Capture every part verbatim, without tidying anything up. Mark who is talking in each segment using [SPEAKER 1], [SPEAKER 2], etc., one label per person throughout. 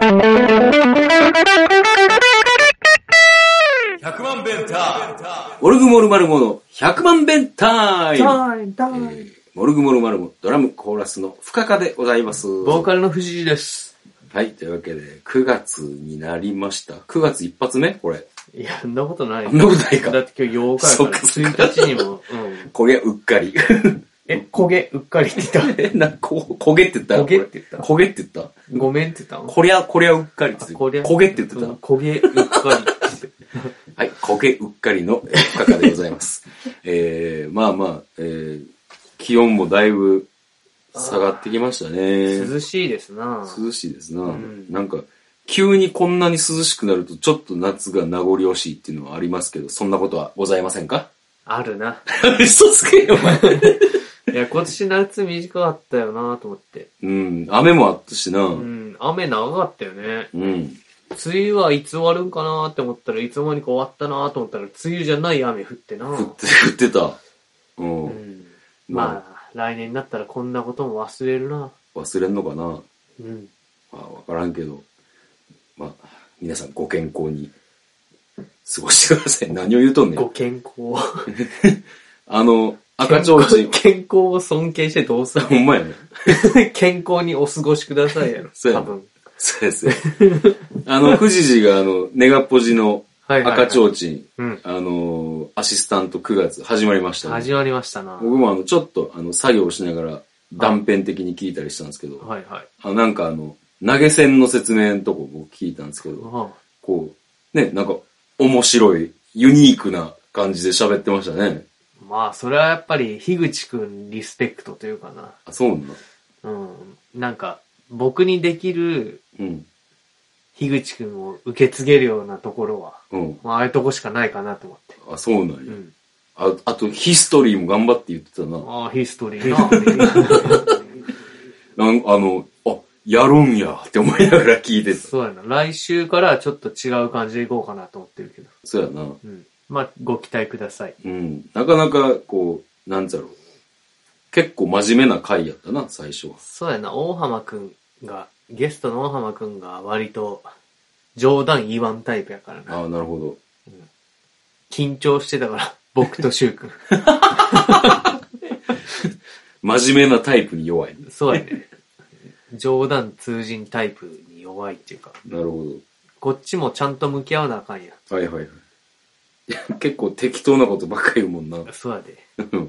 [SPEAKER 1] ひゃくまん弁タイム。モルグモルマルモのひゃくまん弁タイム。タイムタイム、えー、モルグモルマルモドラムコーラスの深川でございます。
[SPEAKER 2] ボーカルの藤井です。
[SPEAKER 1] はい、というわけでくがつになりました。くがつ一発目これ。
[SPEAKER 2] いや、そんなことない。
[SPEAKER 1] そんなことないか。
[SPEAKER 2] だって今日ようかやからついたちにも。うん、
[SPEAKER 1] 焦げうっかり。
[SPEAKER 2] え、焦げうっかりって言った。
[SPEAKER 1] え、な、こ、焦げって言った
[SPEAKER 2] 焦げって言った。
[SPEAKER 1] 焦げって言った。
[SPEAKER 2] ごめんって言った
[SPEAKER 1] こりゃ、こりゃうっかりって言った。焦げって言ってた。
[SPEAKER 2] 焦げうっかりって言って。
[SPEAKER 1] はい、焦げうっかりの深川でございます。えー、まあまあ、えー、気温もだいぶ下がってきましたね。
[SPEAKER 2] 涼しいですな。
[SPEAKER 1] 涼しいですな。うん、なんか、急にこんなに涼しくなるとちょっと夏が名残惜しいっていうのはありますけど、そんなことはございませんか？
[SPEAKER 2] あるな。
[SPEAKER 1] 嘘つけよ、お前。
[SPEAKER 2] いや、今年夏短かったよなと思って。
[SPEAKER 1] うん、雨もあったしな。
[SPEAKER 2] うん、雨長かったよね。
[SPEAKER 1] うん。
[SPEAKER 2] 梅雨はいつ終わるんかなって思ったらいつの間にか終わったなと思ったら梅雨じゃない雨降ってな。
[SPEAKER 1] 降って、降ってた。うん。うん、
[SPEAKER 2] まあ、来年になったらこんなことも忘れるな。
[SPEAKER 1] 忘れんのかな。
[SPEAKER 2] うん。
[SPEAKER 1] まあ、わからんけど。まあ、皆さんご健康に過ごしてください。何を言うとんねん。
[SPEAKER 2] ご健康。
[SPEAKER 1] あの、赤ちょうちん。
[SPEAKER 2] 健康を尊敬してどうする？
[SPEAKER 1] ほんまやね。
[SPEAKER 2] 健康にお過ごしくださいやろ。
[SPEAKER 1] そうや。多分。そうですよ。あの、富士寺があの、ネガポジの赤ちょうちん、はいはいはい、あの、アシスタントくがつ始まりましたね。
[SPEAKER 2] 始まりましたな。
[SPEAKER 1] 僕もあの、ちょっとあの、作業しながら断片的に聞いたりしたんですけど、
[SPEAKER 2] はいはい。
[SPEAKER 1] あなんかあの、投げ銭の説明のとこ僕聞いたんですけど、はあ、こう、ね、なんか面白い、ユニークな感じで喋ってましたね。
[SPEAKER 2] まあ、それはやっぱり、樋口くんリスペクトというかな。
[SPEAKER 1] あ、そうなんだ。
[SPEAKER 2] うん。なんか、僕にできる、
[SPEAKER 1] うん。
[SPEAKER 2] 樋口くんを受け継げるようなところは、
[SPEAKER 1] うん。
[SPEAKER 2] まあ、ああいうとこしかないかなと思って。
[SPEAKER 1] あ、そうなんや。うん。あ、あと、ヒストリーも頑張って言ってたな。
[SPEAKER 2] ああ、ヒストリーな。
[SPEAKER 1] なんあの、あ、やるんやって思いながら聞いてた。
[SPEAKER 2] そうやな。来週からちょっと違う感じでいこうかなと思ってるけど。
[SPEAKER 1] そうやな。う
[SPEAKER 2] ん。まあ、ご期待ください。
[SPEAKER 1] うん。なかなか、こう、なんだろう。結構真面目な回やったな、最初は。
[SPEAKER 2] そうやな。大浜くんが、ゲストの大浜くんが割と、冗談言わんタイプやからな。
[SPEAKER 1] ああ、なるほど。
[SPEAKER 2] うん、緊張してたから、僕とシュウ君。
[SPEAKER 1] 真面目なタイプに弱い。
[SPEAKER 2] そうやね。冗談通じんタイプに弱いっていうか。
[SPEAKER 1] なるほど。
[SPEAKER 2] こっちもちゃんと向き合わなあかんや。
[SPEAKER 1] はいはいはい。いや結構適当なことばっかり言うもんな。
[SPEAKER 2] そうやで。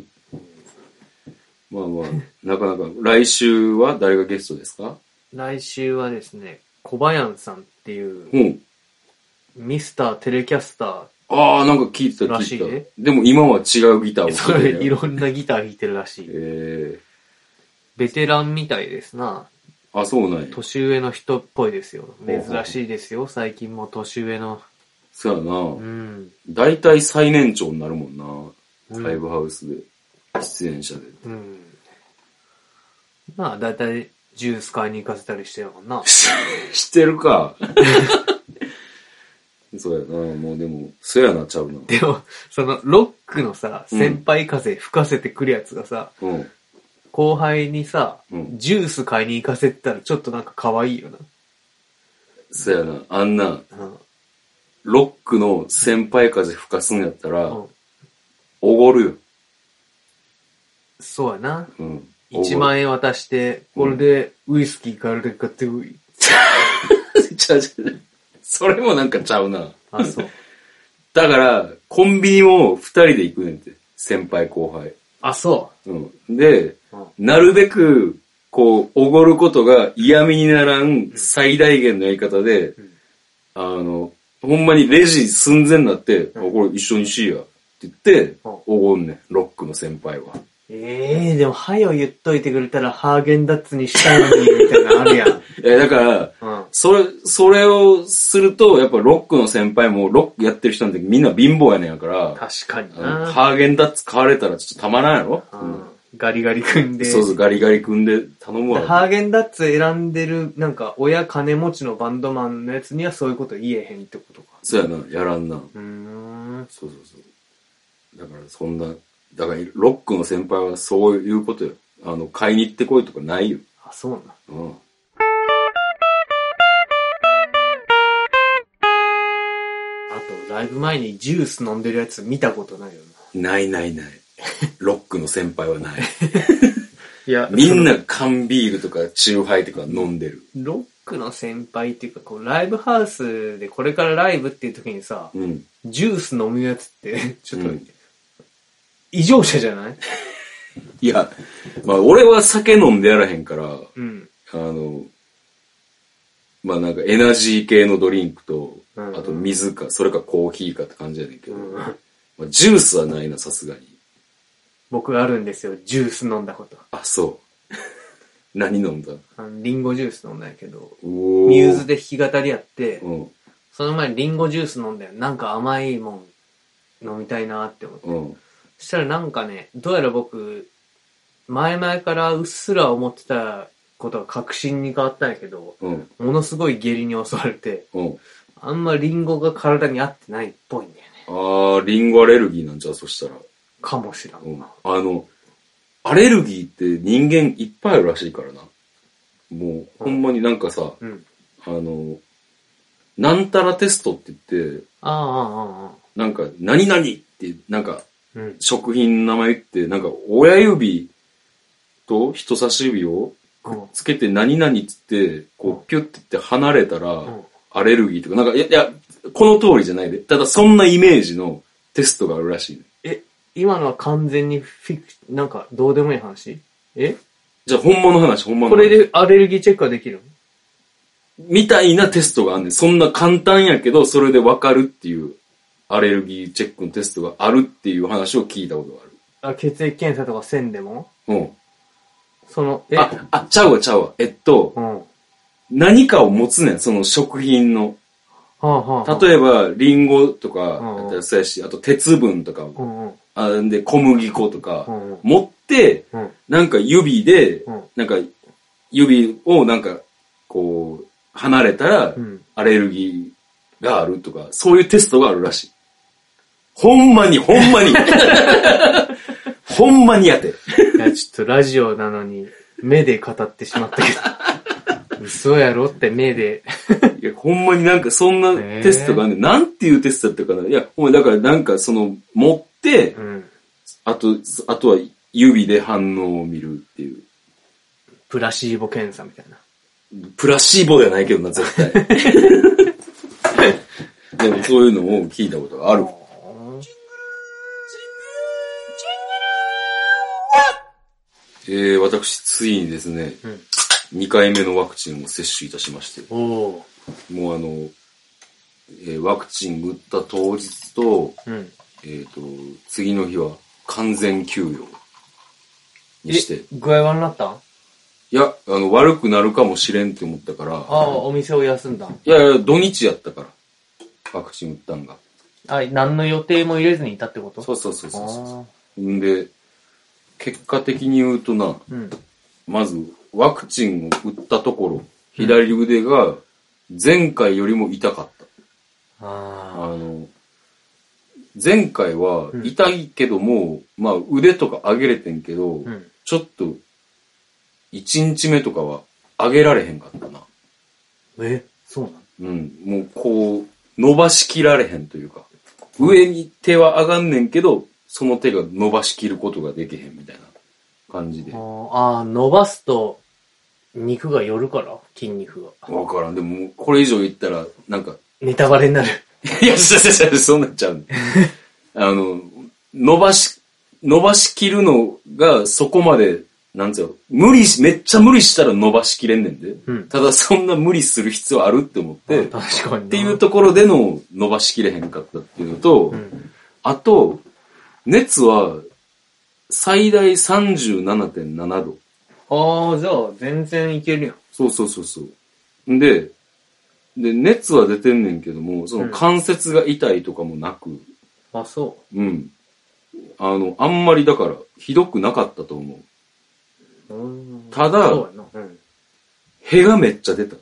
[SPEAKER 1] まあまあ、なかなか、来週は誰がゲストですか？
[SPEAKER 2] 来週はですね、小林さんっていう、
[SPEAKER 1] うん、
[SPEAKER 2] ミスターテレキャスター。
[SPEAKER 1] ああ、なんか聞いてた聞いてた。ね、でも今は違うギターを
[SPEAKER 2] それ、いろんなギター弾いてるらしい。
[SPEAKER 1] えー、
[SPEAKER 2] ベテランみたいですな。
[SPEAKER 1] あ、そうなんや。
[SPEAKER 2] 年上の人っぽいですよ。珍しいですよ、最近も年上の。
[SPEAKER 1] そうやな。
[SPEAKER 2] うん。
[SPEAKER 1] 大体最年長になるもんな。うん、ライブハウスで。出演者で。
[SPEAKER 2] うん。まあ、だいたいジュース買いに行かせたりしてるもんな。
[SPEAKER 1] してるか。そうやな。もうでも、そうやなちゃうな。
[SPEAKER 2] でも、その、ロックのさ、先輩風吹かせてくるやつがさ、うん、後輩にさ、うん、ジュース買いに行かせてたらちょっとなんか可愛いよな。
[SPEAKER 1] そうやな。あんな、うん、ロックの先輩風吹かすんやったら、おご、うん、るよ。
[SPEAKER 2] そうやな。うん。いちまんえん渡して、これでウイスキー買えるだけ買ってこい。
[SPEAKER 1] ちゃうちゃう。それもなんかちゃうな。
[SPEAKER 2] あ、そう。
[SPEAKER 1] だから、コンビニも二人で行くねんて。先輩後輩。
[SPEAKER 2] あ、そう。
[SPEAKER 1] うん。で、うん、なるべく、こう、おごることが嫌味にならん最大限のやり方で、うん、あの、ほんまにレジ寸前になって、うん、あ、これ一緒にしいや。って言って、おごんねん。ロックの先輩は。
[SPEAKER 2] ええー、でも、はよ言っといてくれたら、ハーゲンダッツにしたのに、みたいなのあるやん。
[SPEAKER 1] え、だから、うん、それ、それをすると、やっぱロックの先輩も、ロックやってる人なんてみんな貧乏やねんやから、
[SPEAKER 2] 確かにな。
[SPEAKER 1] ハーゲンダッツ買われたらちょっとたまらんやろ、
[SPEAKER 2] うん、ガリガリ組んで。
[SPEAKER 1] そうそう、ガリガリ組んで頼むわ。
[SPEAKER 2] ハーゲンダッツ選んでる、なんか、親金持ちのバンドマンのやつにはそういうこと言えへんってことか。
[SPEAKER 1] そうやな、やらんな。う
[SPEAKER 2] ーん。
[SPEAKER 1] そうそうそう。だから、そんな、だから、ロックの先輩はそういうことよ。あの、買いに行ってこいとかないよ。
[SPEAKER 2] あ、そうな。
[SPEAKER 1] うん。
[SPEAKER 2] ライブ前にジュース飲んでるやつ見たことないよ
[SPEAKER 1] な。ないないない。ロックの先輩はない。
[SPEAKER 2] いや、
[SPEAKER 1] みんな缶ビールとかチューハイとか飲んでる。
[SPEAKER 2] ロックの先輩っていうか、こう、ライブハウスでこれからライブっていう時にさ、うん、ジュース飲むやつって、ちょっと、うん、異常者じゃない？
[SPEAKER 1] いや、まあ俺は酒飲んでやらへんから、うん、あの、まあなんかエナジー系のドリンクと、うんうん、あと水か、それかコーヒーかって感じやねんけど、うんまあ、ジュースはないな、さすがに。
[SPEAKER 2] 僕あるんですよ、ジュース飲んだこと。
[SPEAKER 1] あ、そう。何飲んだ？
[SPEAKER 2] あのリンゴジュース飲んだんやけど、ミューズで弾き語りやって、うん、その前にリンゴジュース飲んだよ。なんか甘いもん飲みたいなって思って。うん、そしたらなんかね、どうやら僕、前々からうっすら思ってたことが確信に変わったんやけど、うん、ものすごい下痢に襲われて、うん、あんまリンゴが体に合ってないっぽいんだよね。
[SPEAKER 1] あー、リンゴアレルギーなんじゃ、そしたら。
[SPEAKER 2] かもしらん、
[SPEAKER 1] うん。あの、アレルギーって人間いっぱいあるらしいからな。もう、ほんまになんかさ、うん、あの、なんたらテストって言って、ああああなんか、何々って、なんか、うん、食品の名前言って、なんか、親指と人差し指をくっつけて何々って言って、こう、ピュッて言って離れたら、うん、アレルギーとか、なんか、いや、いや、この通りじゃないで。ただ、そんなイメージのテストがあるらしい、ね。
[SPEAKER 2] え、今のは完全にフィク、なんか、どうでもいい話？え？
[SPEAKER 1] じゃあ、本物の話、本物の
[SPEAKER 2] 話。これでアレルギーチェックはできる？
[SPEAKER 1] みたいなテストがあんねん。そんな簡単やけど、それでわかるっていう、アレルギーチェックのテストがあるっていう話を聞いたことがある。
[SPEAKER 2] あ、血液検査とかせんでも？うん。その、
[SPEAKER 1] えあ、あ、ちゃうわちゃうわ。えっと、うん、何かを持つねん、その食品の。はあはあ、例えば、リンゴとか、あとそうやし、あと鉄分とか、うんうん、あで小麦粉とか、うんうん、持って、うん、なんか指で、うん、なんか指をなんか、こう、離れたら、アレルギーがあるとか、そういうテストがあるらしい。ほんまに、ほんまに。ほんまにやて。
[SPEAKER 2] いや、ちょっとラジオなのに、目で語ってしまったけど。嘘やろって目で。
[SPEAKER 1] いや、ほんまになんかそんなテストがね、えー、なんていうテストだったかな。いや、ほんまだからなんかその、持って、うん、あと、あとは指で反応を見るっていう。
[SPEAKER 2] プラシーボ検査みたいな。
[SPEAKER 1] プラシーボじゃないけどな、絶対。でもそういうのを聞いたことがある。えー、私、ついにですね、うん、にかいめのワクチンを接種いたしまして、おもうあの、えー、ワクチン打った当日と、うん、えっと、次の日は完全休養にして。
[SPEAKER 2] 具合悪なったん？
[SPEAKER 1] いや、あの、悪くなるかもしれんって思ったから。あ
[SPEAKER 2] あ、お店を休んだ。
[SPEAKER 1] いやいや、土日やったから。ワクチン打ったんが。
[SPEAKER 2] あ、何の予定も入れずにいたってこと？
[SPEAKER 1] そうそうそうそうそう。んで、結果的に言うとな、うん、まず、ワクチンを打ったところ、左腕が前回よりも痛かった。うん、あの、前回は痛いけども、うん、まあ腕とか上げれてんけど、うん、ちょっと、一日目とかは上げられへんかったな。
[SPEAKER 2] え、そうなの？
[SPEAKER 1] うん、もうこう、伸ばしきられへんというか、上に手は上がんねんけど、その手が伸ばしきることができへんみたいな感じで。
[SPEAKER 2] ああ、伸ばすと肉が寄るから筋肉が。
[SPEAKER 1] わからん。でもこれ以上言ったらなんか
[SPEAKER 2] ネタバレになる。
[SPEAKER 1] いや、そうなっちゃう。あの伸ばし伸ばしきるのがそこまでなんつうの無理しめっちゃ無理したら伸ばしきれんねんで。うん、ただそんな無理する必要あるって思って。
[SPEAKER 2] 確かに。
[SPEAKER 1] っていうところでの伸ばしきれへんかったっていうのと、うん、あと。熱は最大 さんじゅうななてんなな 度。
[SPEAKER 2] ああ、じゃあ全然いけるやん。
[SPEAKER 1] そうそうそうそう。で、で、熱は出てんねんけども、その関節が痛いとかもなく。うん、
[SPEAKER 2] あ、そう。
[SPEAKER 1] うん。あの、あんまりだから、ひどくなかったと思う。うんただ、そうやな、うん、屁がめっちゃ出た。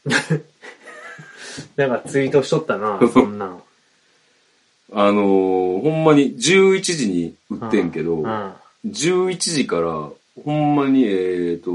[SPEAKER 2] だからツイートしとったな、そんな。
[SPEAKER 1] あのー、ほんまにじゅういちじに打ってんけど、うんうん、じゅういちじからほんまにえっと、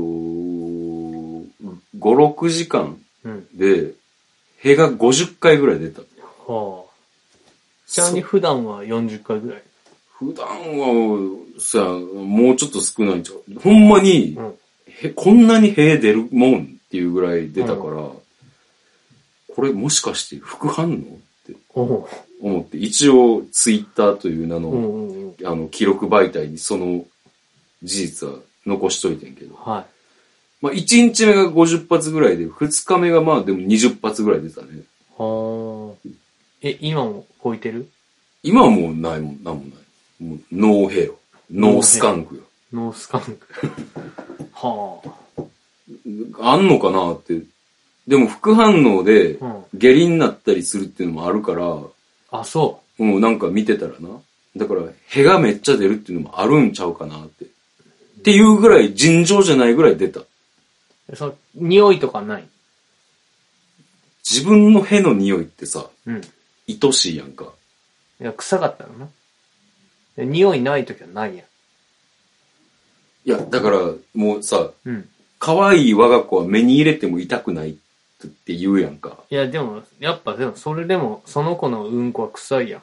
[SPEAKER 1] ご、ろくじかんで、屁がごじゅっかいぐらい出た。はあ、
[SPEAKER 2] ちなみに普段はよんじゅっかいぐらい？
[SPEAKER 1] 普段は、さ、もうちょっと少ないんちゃう。ほんまに、うん、へこんなに屁出るもんっていうぐらい出たから、うん、これもしかして副反応って思って、一応ツイッターという名の、うんうんうん、あの記録媒体にその事実は残しといてんけど、はい、まあいちにちめがごじゅっぱつぐらいで、ふつかめがまあでもにじゅっぱつぐらい出たね。
[SPEAKER 2] はあ。え、今も超えてる？
[SPEAKER 1] 今はもうないもん、なんもない。もうノーヘよ。ノースカンクよ。
[SPEAKER 2] ノースカンク。は
[SPEAKER 1] あ。あんのかなって。でも副反応で下痢になったりするっていうのもあるから。うん、
[SPEAKER 2] あ、そう。
[SPEAKER 1] もうなんか見てたらな。だから、屁がめっちゃ出るっていうのもあるんちゃうかなって。っていうぐらい尋常じゃないぐらい出た。
[SPEAKER 2] その、匂いとかない？
[SPEAKER 1] 自分の屁の匂いってさ、うん、愛しいやんか。
[SPEAKER 2] いや、臭かったのな。匂いないときはないやん。
[SPEAKER 1] いや、だから、もうさ、うん、可愛い我が子は目に入れても痛くないって言うやんか。
[SPEAKER 2] いや、でも、やっぱでも、それでも、その子のうんこは臭いやん。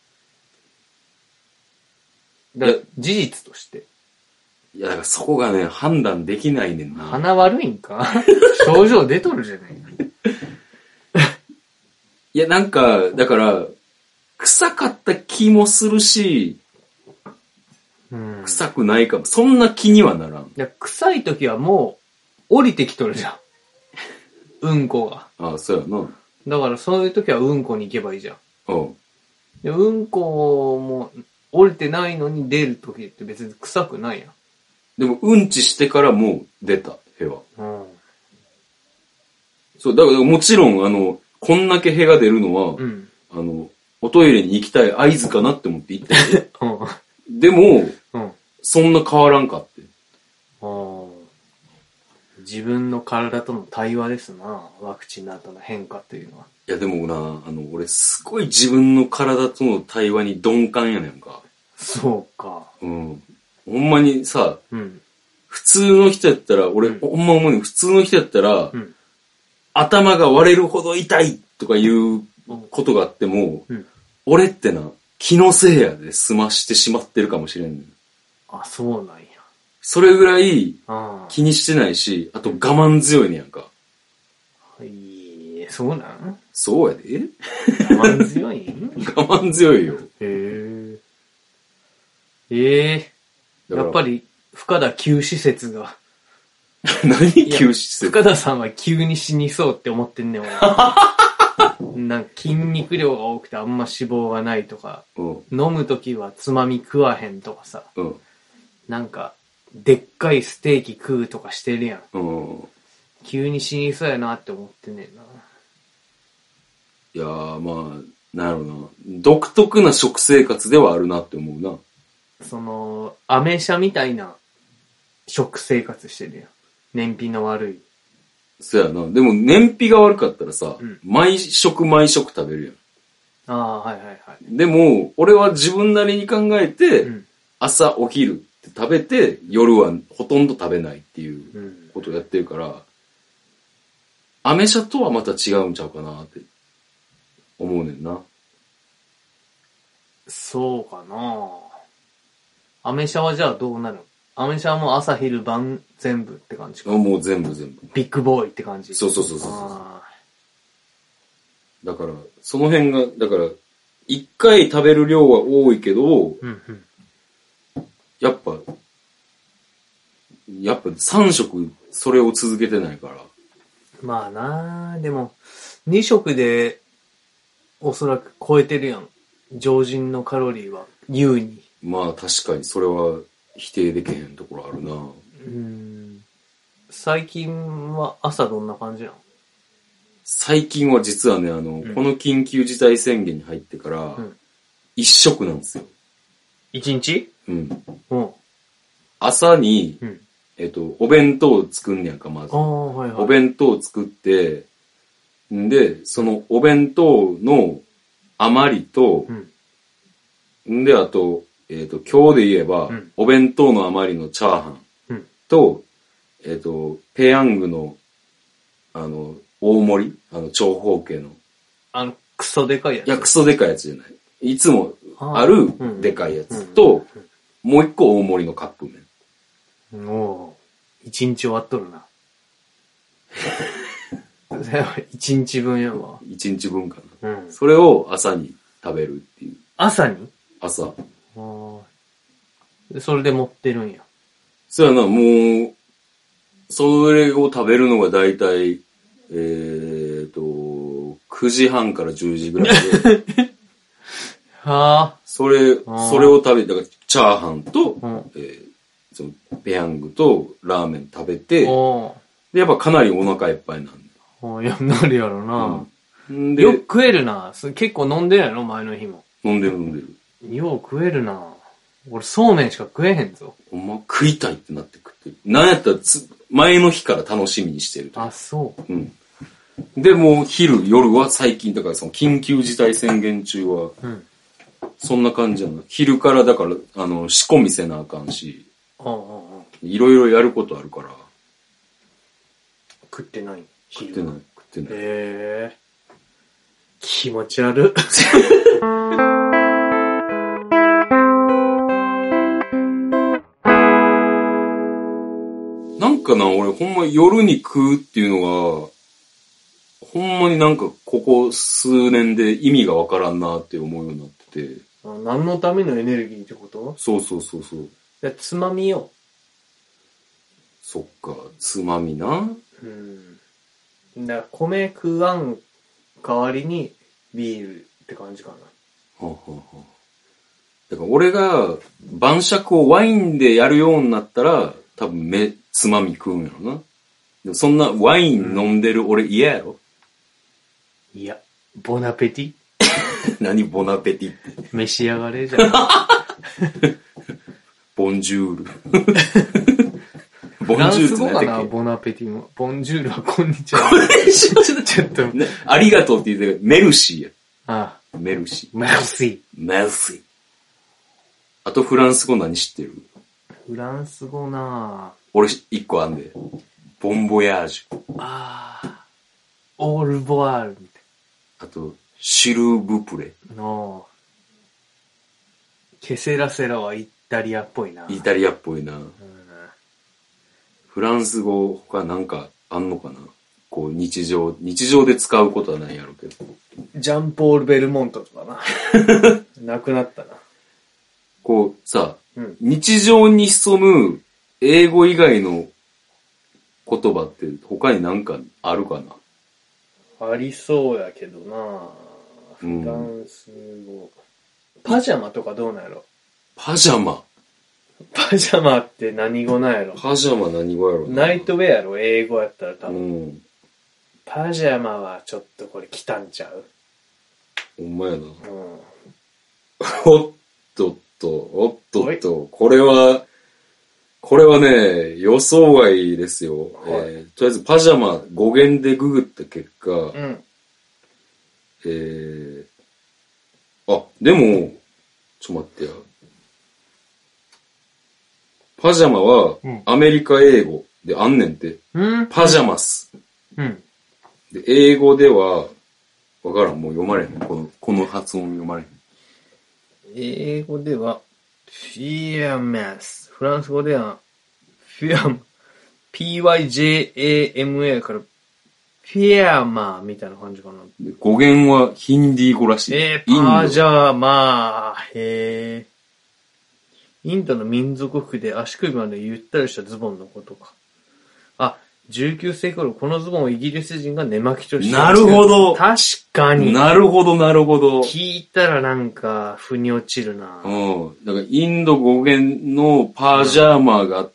[SPEAKER 2] だから事実として。
[SPEAKER 1] いや、だからそこがね、判断できないねんな。
[SPEAKER 2] 鼻悪いんか症状出とるじゃない
[SPEAKER 1] いや、なんか、だから、臭かった気もするし、うん、臭くないかも。そんな気にはならん。い
[SPEAKER 2] や、臭い時はもう、降りてきとるじゃん。うんこが。
[SPEAKER 1] ああ、そうやな。
[SPEAKER 2] だからそういう時はうんこに行けばいいじゃん。うん。で、うんこも、降りてないのに出る時って別に臭くないやん。
[SPEAKER 1] でも、うんちしてからもう出た、屁は。うん。そう、だからもちろん、あの、こんだけ屁が出るのは、うん、あの、おトイレに行きたい合図かなって思って行ったよ、うん、でも、うん、そんな変わらんかって。
[SPEAKER 2] あ、自分の体との対話ですな、ワクチンの後の変化というのは。
[SPEAKER 1] いやでもな、あの、俺すごい自分の体との対話に鈍感やねんか。
[SPEAKER 2] そうか。
[SPEAKER 1] うん。ほんまにさ、うん、普通の人やったら、俺、うん、ほんま思うねん、普通の人やったら、うん、頭が割れるほど痛いとかいうことがあっても、うん、俺ってな、気のせいやで済ましてしまってるかもしれんねん。
[SPEAKER 2] あ、そうなんや。
[SPEAKER 1] それぐらい気にしてないし、あと我慢強いねやんか。
[SPEAKER 2] はい、そうなん？
[SPEAKER 1] そうやで。
[SPEAKER 2] 我慢強いん？
[SPEAKER 1] 我慢強いよ。
[SPEAKER 2] へえ。ええー。やっぱり、深田急施設が。
[SPEAKER 1] 何急施設？
[SPEAKER 2] 深田さんは急に死にそうって思ってんねん、俺。なんか筋肉量が多くてあんま脂肪がないとか、うん、飲むときはつまみ食わへんとかさ、うん、なんか、でっかいステーキ食うとかしてるやん。うん、急に死にそうやなって思ってんねんな。
[SPEAKER 1] いやー、まあ、なるほどな。独特な食生活ではあるなって思うな。
[SPEAKER 2] その、アメ車みたいな食生活してるやん。燃費の悪い。
[SPEAKER 1] そうやな。でも燃費が悪かったらさ、うん、毎食毎食食べる
[SPEAKER 2] やん。ああ、はいはいはい。
[SPEAKER 1] でも、俺は自分なりに考えて、うん、朝お昼って食べて、夜はほとんど食べないっていうことをやってるから、アメ車とはまた違うんちゃうかなって思うねんな。
[SPEAKER 2] そうかな。アメ車はじゃあどうなるの？アメ車はもう朝昼晩全部って感じか。
[SPEAKER 1] もう全部全部。
[SPEAKER 2] ビッグボーイって感じ。
[SPEAKER 1] そうそうそうそうそう。だから、その辺が、だから、一回食べる量は多いけど、うんうん、やっぱ、やっぱ三食それを続けてないから。
[SPEAKER 2] まあなあ、でも、二食でおそらく超えてるやん。常人のカロリーは優に。
[SPEAKER 1] まあ確かにそれは否定できへんところあるな。
[SPEAKER 2] うん。最近は朝どんな感じなの？
[SPEAKER 1] 最近は実はね、あの、うん、この緊急事態宣言に入ってから、一食なんですよ。
[SPEAKER 2] 一日？うん。
[SPEAKER 1] うん。朝に、うん、えっと、お弁当を作んねやんか、まず。ああ、はいはい。お弁当を作って、んで、そのお弁当の余りと、うん、んで、あと、えっと、今日で言えば、うん、お弁当の余りのチャーハンと、うん、えっと、ペヤングの、あの、大盛りあの、長方形の。
[SPEAKER 2] あの、クソでかいやつ。
[SPEAKER 1] いや、クソでかいやつじゃない。 いつもあるでかいやつと、もう一個大盛りのカップ
[SPEAKER 2] 麺。おー、一日終わっとるな。一日分やわ。
[SPEAKER 1] 一日分かな。
[SPEAKER 2] うん。
[SPEAKER 1] それを朝に食べるっていう。
[SPEAKER 2] 朝に？
[SPEAKER 1] 朝。
[SPEAKER 2] ああ。それで持ってるんや。
[SPEAKER 1] そうやな、もう、それを食べるのがだいたい、えーと、くじはんからじゅうじぐらいで。
[SPEAKER 2] はあ。
[SPEAKER 1] それ、それを食べて、だからチャーハンと、
[SPEAKER 2] うん、
[SPEAKER 1] えー、そのペヤングとラーメン食べて、
[SPEAKER 2] で
[SPEAKER 1] やっぱかなりお腹いっぱいなんだ
[SPEAKER 2] よ。いや、なるやろな。
[SPEAKER 1] うん、で
[SPEAKER 2] よく食えるな。結構飲んでるやろ、前の日も。
[SPEAKER 1] 飲んでる飲んでる。
[SPEAKER 2] よう食えるな。俺、そうめんしか食えへんぞ。
[SPEAKER 1] ほんま食いたいってなって食ってる。なんやったらつ、前の日から楽しみにしてる。
[SPEAKER 2] あ、そう。
[SPEAKER 1] うん。で、もう昼、夜は最近、だからその緊急事態宣言中は、うん、そんな感じやな。昼からだから、あの、仕込みせなあかんし、いろいろやることあるから。
[SPEAKER 2] 食ってない？
[SPEAKER 1] 食ってない、食ってない。
[SPEAKER 2] へえ。気持ち悪っ。
[SPEAKER 1] なんかな、俺ほんま夜に食うっていうのが、ほんまになんかここ数年で意味がわからんなって思うようになってて。
[SPEAKER 2] あ、何のためのエネルギーってこと？
[SPEAKER 1] そうそうそうそう。
[SPEAKER 2] じゃつまみよ。
[SPEAKER 1] そっか、つまみな。
[SPEAKER 2] うん。だから米食わん代わりにビールって感じかな。
[SPEAKER 1] はあはあはあ、だから俺が晩酌をワインでやるようになったら、多分め、つまみ食うんやろな。でもそんなワイン飲んでる俺嫌やろ、
[SPEAKER 2] うん、いや、ボナペティ
[SPEAKER 1] 何ボナペティって。
[SPEAKER 2] 召し上がれじゃん。
[SPEAKER 1] ボンジュール。ボンジュールって何やったっけ？フランス語かな、
[SPEAKER 2] ボナペティも。ボンジュールはこんにちは。こんにちは。ちょっと、
[SPEAKER 1] ね。ありがとうって言ってる。メルシーや。
[SPEAKER 2] ああ。
[SPEAKER 1] メルシー。
[SPEAKER 2] メルシー。
[SPEAKER 1] メルシー。あとフランス語何知ってる？
[SPEAKER 2] フランス語なぁ。
[SPEAKER 1] 俺一個あんで。ボンボヤージュ。
[SPEAKER 2] ああ。オールボワールみたい
[SPEAKER 1] な。あと、シルーブプレ。
[SPEAKER 2] のケセラセラはイタリアっぽいな。
[SPEAKER 1] イタリアっぽいな。うん、フランス語他なんかあんのかな？こう日常、日常で使うことはないやろうけど。
[SPEAKER 2] ジャンポール・ベルモントとかな。なくなったな。
[SPEAKER 1] こうさ、うん、日常に潜む英語以外の言葉って他になんかあるか
[SPEAKER 2] な？ありそうやけどな。フランス語、うん。パジャマとかどうなんやろ？
[SPEAKER 1] パジャマ。
[SPEAKER 2] パジャマって何語なんやろ？
[SPEAKER 1] パジャマ何語やろ？
[SPEAKER 2] ナイトウェアやろ？英語やったら多分。うん、パジャマはちょっとこれ来たんちゃう？
[SPEAKER 1] ほんまやな。うん、おっとっと、おっとっと、これは、これはね、予想外ですよ。はい、えー、とりあえずパジャマ語源でググった結果、うん、えー、あ、でも、ちょっと待ってや。パジャマはアメリカ英語であんねんて。うん、パジャマス。うん、で英語では、わからん、もう読まれへん。この、この発音読まれへん。英語では、フィアマス。フランス語では、フィアマ、ピーワイジェーエーエムエー から、フィアマみたいな感じかな。語源はヒンディー語らしい。えー、パジャマ、へー。インドの民族服で足首までゆったりしたズボンのことか。あ、じゅうきゅうせいき頃このズボンをイギリス人が寝巻きとして。なるほど。確かに。なるほど、なるほど。聞いたらなんか、腑に落ちるな。うん。だからインド語源のパジャマがあって、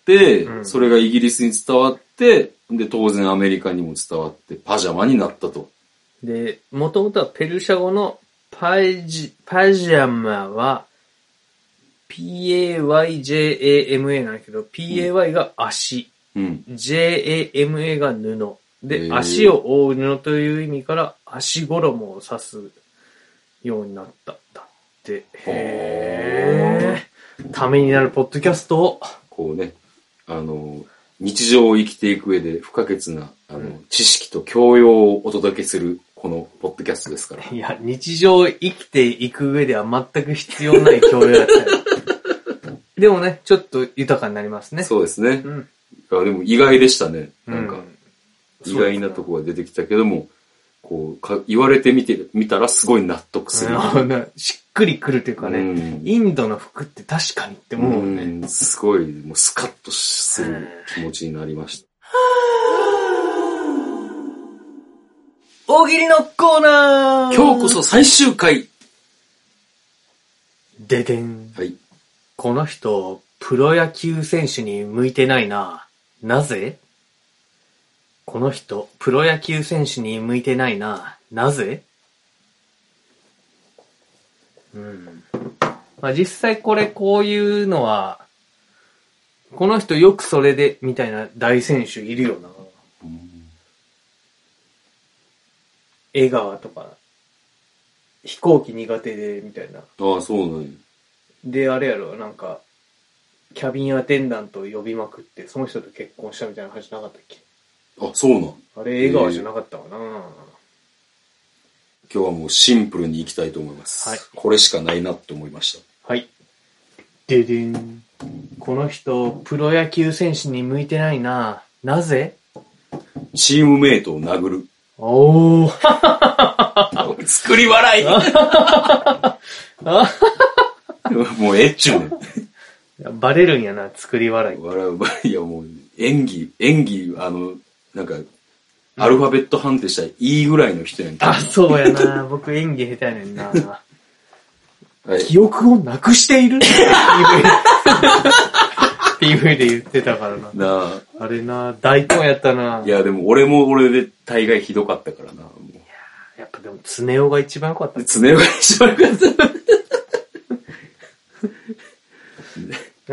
[SPEAKER 1] うん、それがイギリスに伝わって、で、当然アメリカにも伝わって、パジャマになったと。で、もともとはペルシャ語のパジ、パジャマは、ピーエーワイジェーエーエムエー なんだけど、ピーエーワイ が足、うん、ジェーエーエムエー が布。で、足を覆う布という意味から、足衣を指すようになったんだって。へー。ためになるポッドキャストを。こうね、あの、日常を生きていく上で不可欠な、あの、うん、知識と教養をお届けする、 このポッドキャストですから。
[SPEAKER 2] いや、日常生きていく上では全く必要ない教養だったよ。でもね、ちょっと豊かになりますね。
[SPEAKER 1] そうですね。うん、いやでも意外でしたね。なんか、意外なとこが出てきたけども、こうか、言われてみて、みたらすごい納得する。
[SPEAKER 2] しっくりくるというかね、うん、インドの服って確かにって思うもんね。
[SPEAKER 1] うん、すごい、もうスカッとする気持ちになりました。
[SPEAKER 2] 大喜利のコーナー
[SPEAKER 1] 今日こそ最終回
[SPEAKER 2] ででん。
[SPEAKER 1] はい。
[SPEAKER 2] この人、プロ野球選手に向いてないな。なぜ？この人、プロ野球選手に向いてないな。なぜ？うん。まあ実際これこういうのは、この人よくそれで、みたいな大選手いるよな。うん、江川とか、飛行機苦手で、みたいな。
[SPEAKER 1] ああ、そうなんや。
[SPEAKER 2] で、あれやろ、なんか、キャビンアテンダントを呼びまくって、その人と結婚したみたいな話なかったっけ？
[SPEAKER 1] あ、そうなん。
[SPEAKER 2] あれ、江川じゃなかったかな、えー、
[SPEAKER 1] 今日はもうシンプルに行きたいと思います。はい。これしかないなって思いました。
[SPEAKER 2] はい。ででん。この人、プロ野球選手に向いてないな。なぜ？
[SPEAKER 1] チームメイトを殴る。
[SPEAKER 2] おー。
[SPEAKER 1] 作り笑いもうえっちゅうね
[SPEAKER 2] ん。バレるんやな、作り笑い。
[SPEAKER 1] 笑う、いやもう、演技、演技、あの、なんか、アルファベット判定したらいいぐらいの人やんけ。
[SPEAKER 2] あ、そうやな。僕演技下手やねんな。はい、記憶をなくしているって ピーブイ で言ってたからな。なあ。あれな、大根やったな。
[SPEAKER 1] いや、でも俺も俺で大概ひどかったからな。もういや
[SPEAKER 2] やっぱでも、つねおが一番良かった。
[SPEAKER 1] つねおが一番良かった。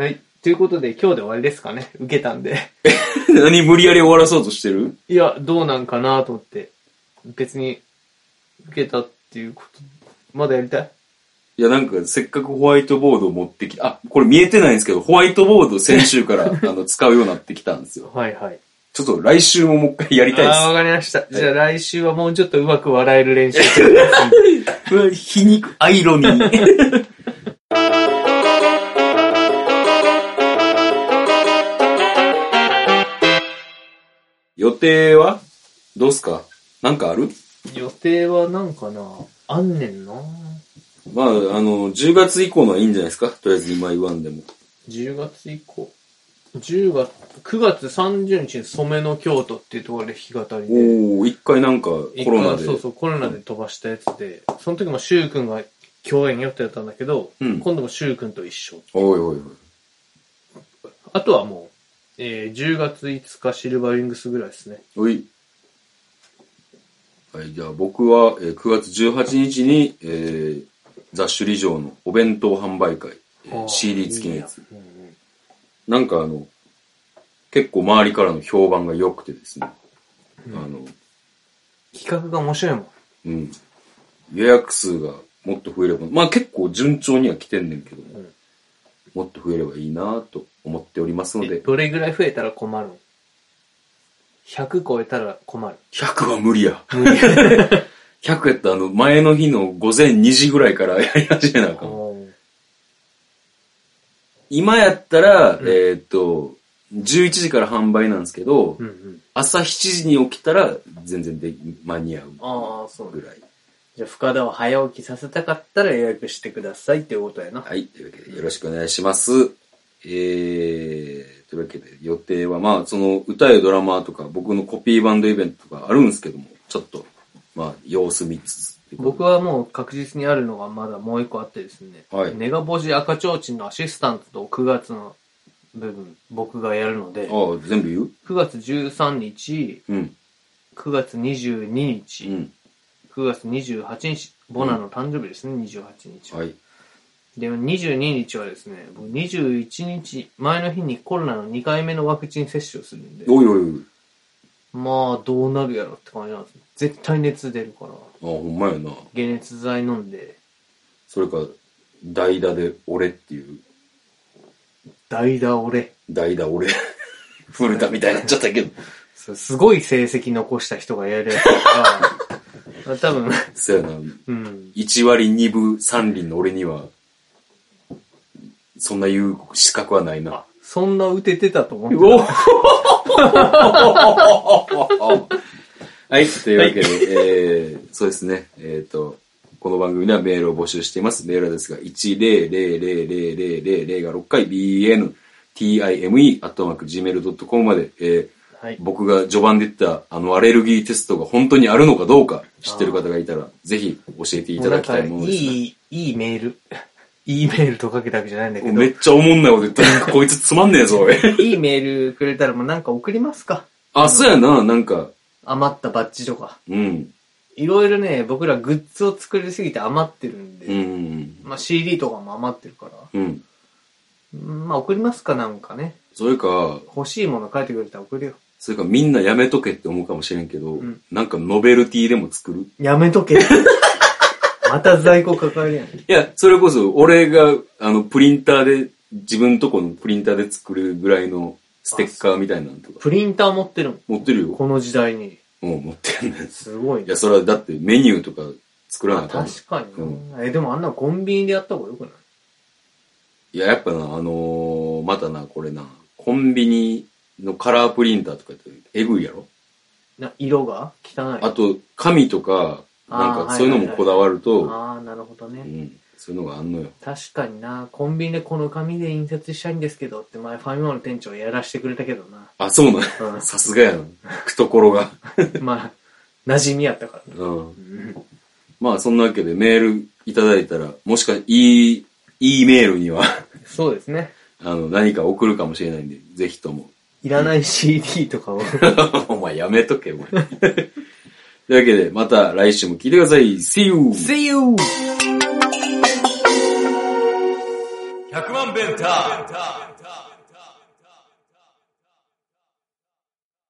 [SPEAKER 2] はい。ということで、今日で終わりですかね。受けたんで。
[SPEAKER 1] 何無理やり終わらそうとしてる？
[SPEAKER 2] いや、どうなんかなと思って。別に、受けたっていうこと、まだやりたい？
[SPEAKER 1] いや、なんか、せっかくホワイトボードを持ってき、あ、これ見えてないんですけど、ホワイトボード先週からあの使うようになってきたんですよ。
[SPEAKER 2] はいはい。
[SPEAKER 1] ちょっと来週ももう一回やりたいです。
[SPEAKER 2] ああ、わかりました。じゃあ来週はもうちょっとうまく笑える練習してくださ
[SPEAKER 1] い。皮肉、アイロニー。予定はどうすか？なんかある？
[SPEAKER 2] 予定はなんかな、あんねんな。
[SPEAKER 1] まあ、あの、じゅうがつ以降のはいいんじゃないですか？とりあえず今言わんでも。
[SPEAKER 2] じゅうがつ以降。じゅうがつ、くがつさんじゅうにちに染めの京都っていうところで弾き語りで。
[SPEAKER 1] おー、一回なんかコロナで。
[SPEAKER 2] そうそう、コロナで飛ばしたやつで、その時もシュウ君が共演予定だったんだけど、うん、今度もシュウ君と一緒。
[SPEAKER 1] おいおいおい。
[SPEAKER 2] あとはもう、えー、じゅうがついつかシルバーウィングスぐらいですね。
[SPEAKER 1] おい。はい、じゃあ僕は、えー、くがつじゅうはちにちに、えー、雑種理場のお弁当販売会、えー、シーディー 付きのやつ。いいうんうん、なんかあの、結構周りからの評判が良くてですね。うん、あの、
[SPEAKER 2] 企画が面白いもん。
[SPEAKER 1] うん。予約数がもっと増えれば、まあ結構順調には来てんねんけども、うん、もっと増えればいいなと思っておりますので。
[SPEAKER 2] どれぐらい増えたら困るの？ひゃく超えたら困る。
[SPEAKER 1] ひゃくは無理や。無理や。ひゃくやったらあの前の日の午前にじぐらいからやり始めなあかん。今やったら、うん、えっと、じゅういちじから販売なんですけど、うんうん、朝しちじに起きたら全然で間に合うぐらい。
[SPEAKER 2] じゃあ深田を早起きさせたかったら予約してくださいっていうことやな。
[SPEAKER 1] はい。というわけでよろしくお願いします。えー、というわけで予定はまあその歌やドラマとか僕のコピーバンドイベントとかあるんですけども、ちょっとまあ様子見つつ。
[SPEAKER 2] 僕はもう確実にあるのがまだもう一個あってですね。はい。ネガポジ赤ちょうちんのアシスタントとくがつの部分僕がやるので。
[SPEAKER 1] ああ、全部言う？
[SPEAKER 2] くがつじゅうさんにち、うん、くがつにじゅうににち、うん、くがつにじゅうはちにち、ボナの誕生日ですね、うん、にじゅうはちにち。はい。で、にじゅうににちはですね、僕にじゅういちにち、前の日にコロナのにかいめのワクチン接種をするんで。
[SPEAKER 1] おいおいおい。
[SPEAKER 2] まあ、どうなるやろって感じなんです。絶対熱出るから。ああ、
[SPEAKER 1] ほんまやな。
[SPEAKER 2] 解熱剤飲んで。
[SPEAKER 1] それか、代打で俺っていう。
[SPEAKER 2] 代打俺。
[SPEAKER 1] 代打俺。古田みたいになっちゃったけど。
[SPEAKER 2] すごい成績残した人がやるやつだから。 多分。
[SPEAKER 1] そうやな。うん。いち割にぶさん厘の俺には、そんな言う資格はないな。
[SPEAKER 2] そんな打ててたと思ってた。
[SPEAKER 1] はい、というわけで、はい、えー、そうですね。えっ、ー、と、この番組ではメールを募集しています。メールですが、いちゼロゼロゼロゼロゼロゼロゼロがろっかい、ビーエヌティーアイエムイー アットマーク ジーメールドットコム まで、えーはい、僕が序盤で言ったあのアレルギーテストが本当にあるのかどうか知ってる方がいたら、ぜひ教えていただきたいものです、ね。
[SPEAKER 2] いい、いいメール。いいメールとかけたわけじゃないんだけど。
[SPEAKER 1] めっちゃおもんないこと言ったら、こいつつまんねえぞ、おい。
[SPEAKER 2] いいメールくれたらもうなんか送りますか。
[SPEAKER 1] あ、そうやな、なんか。
[SPEAKER 2] 余ったバッジとか。
[SPEAKER 1] うん。
[SPEAKER 2] いろいろね、僕らグッズを作りすぎて余ってるんで。うん。まあ シーディー とかも余ってるから。うん。まあ送りますか、なんかね。
[SPEAKER 1] それか。
[SPEAKER 2] 欲しいもの書いてくれたら送るよ。
[SPEAKER 1] それかみんなやめとけって思うかもしれんけど、うん、なんかノベルティでも作る？
[SPEAKER 2] やめとけ。また在庫抱えるやん。い
[SPEAKER 1] や、それこそ俺があのプリンターで、自分とこのプリンターで作るぐらいのステッカーみたいなのとか。
[SPEAKER 2] プリンター持ってるの？
[SPEAKER 1] 持ってるよ。
[SPEAKER 2] この時代に。
[SPEAKER 1] うん、持ってるね。
[SPEAKER 2] すごいね。
[SPEAKER 1] いや、それはだってメニューとか作らなかった。
[SPEAKER 2] 確かに、うん。え、でもあんなコンビニでやった方がよくない？
[SPEAKER 1] いや、やっぱな、あのー、またな、これな、コンビニのカラープリンターとかってエグいやろ？
[SPEAKER 2] な、色が汚い。
[SPEAKER 1] あと、紙とか、なんかそういうのもこだわると、
[SPEAKER 2] ああ、なるほどね。
[SPEAKER 1] うん。そういうのがあんのよ。
[SPEAKER 2] 確かにな、コンビニでこの紙で印刷したいんですけどって前ファミマの店長やらしてくれたけどな。
[SPEAKER 1] あ、そうなの？さすがやな。懐が。
[SPEAKER 2] まあ、馴染みやったから、ね。
[SPEAKER 1] うん。まあ、そんなわけでメールいただいたら、もしか、いい、いいメールには
[SPEAKER 2] そうですね。
[SPEAKER 1] あの、何か送るかもしれないんで、ぜひとも。
[SPEAKER 2] いらない シーディー とかを。
[SPEAKER 1] お前やめとけ、お前。というわけで、また来週も聞いてください。See you!
[SPEAKER 2] See you!
[SPEAKER 1] ひゃくまんベンター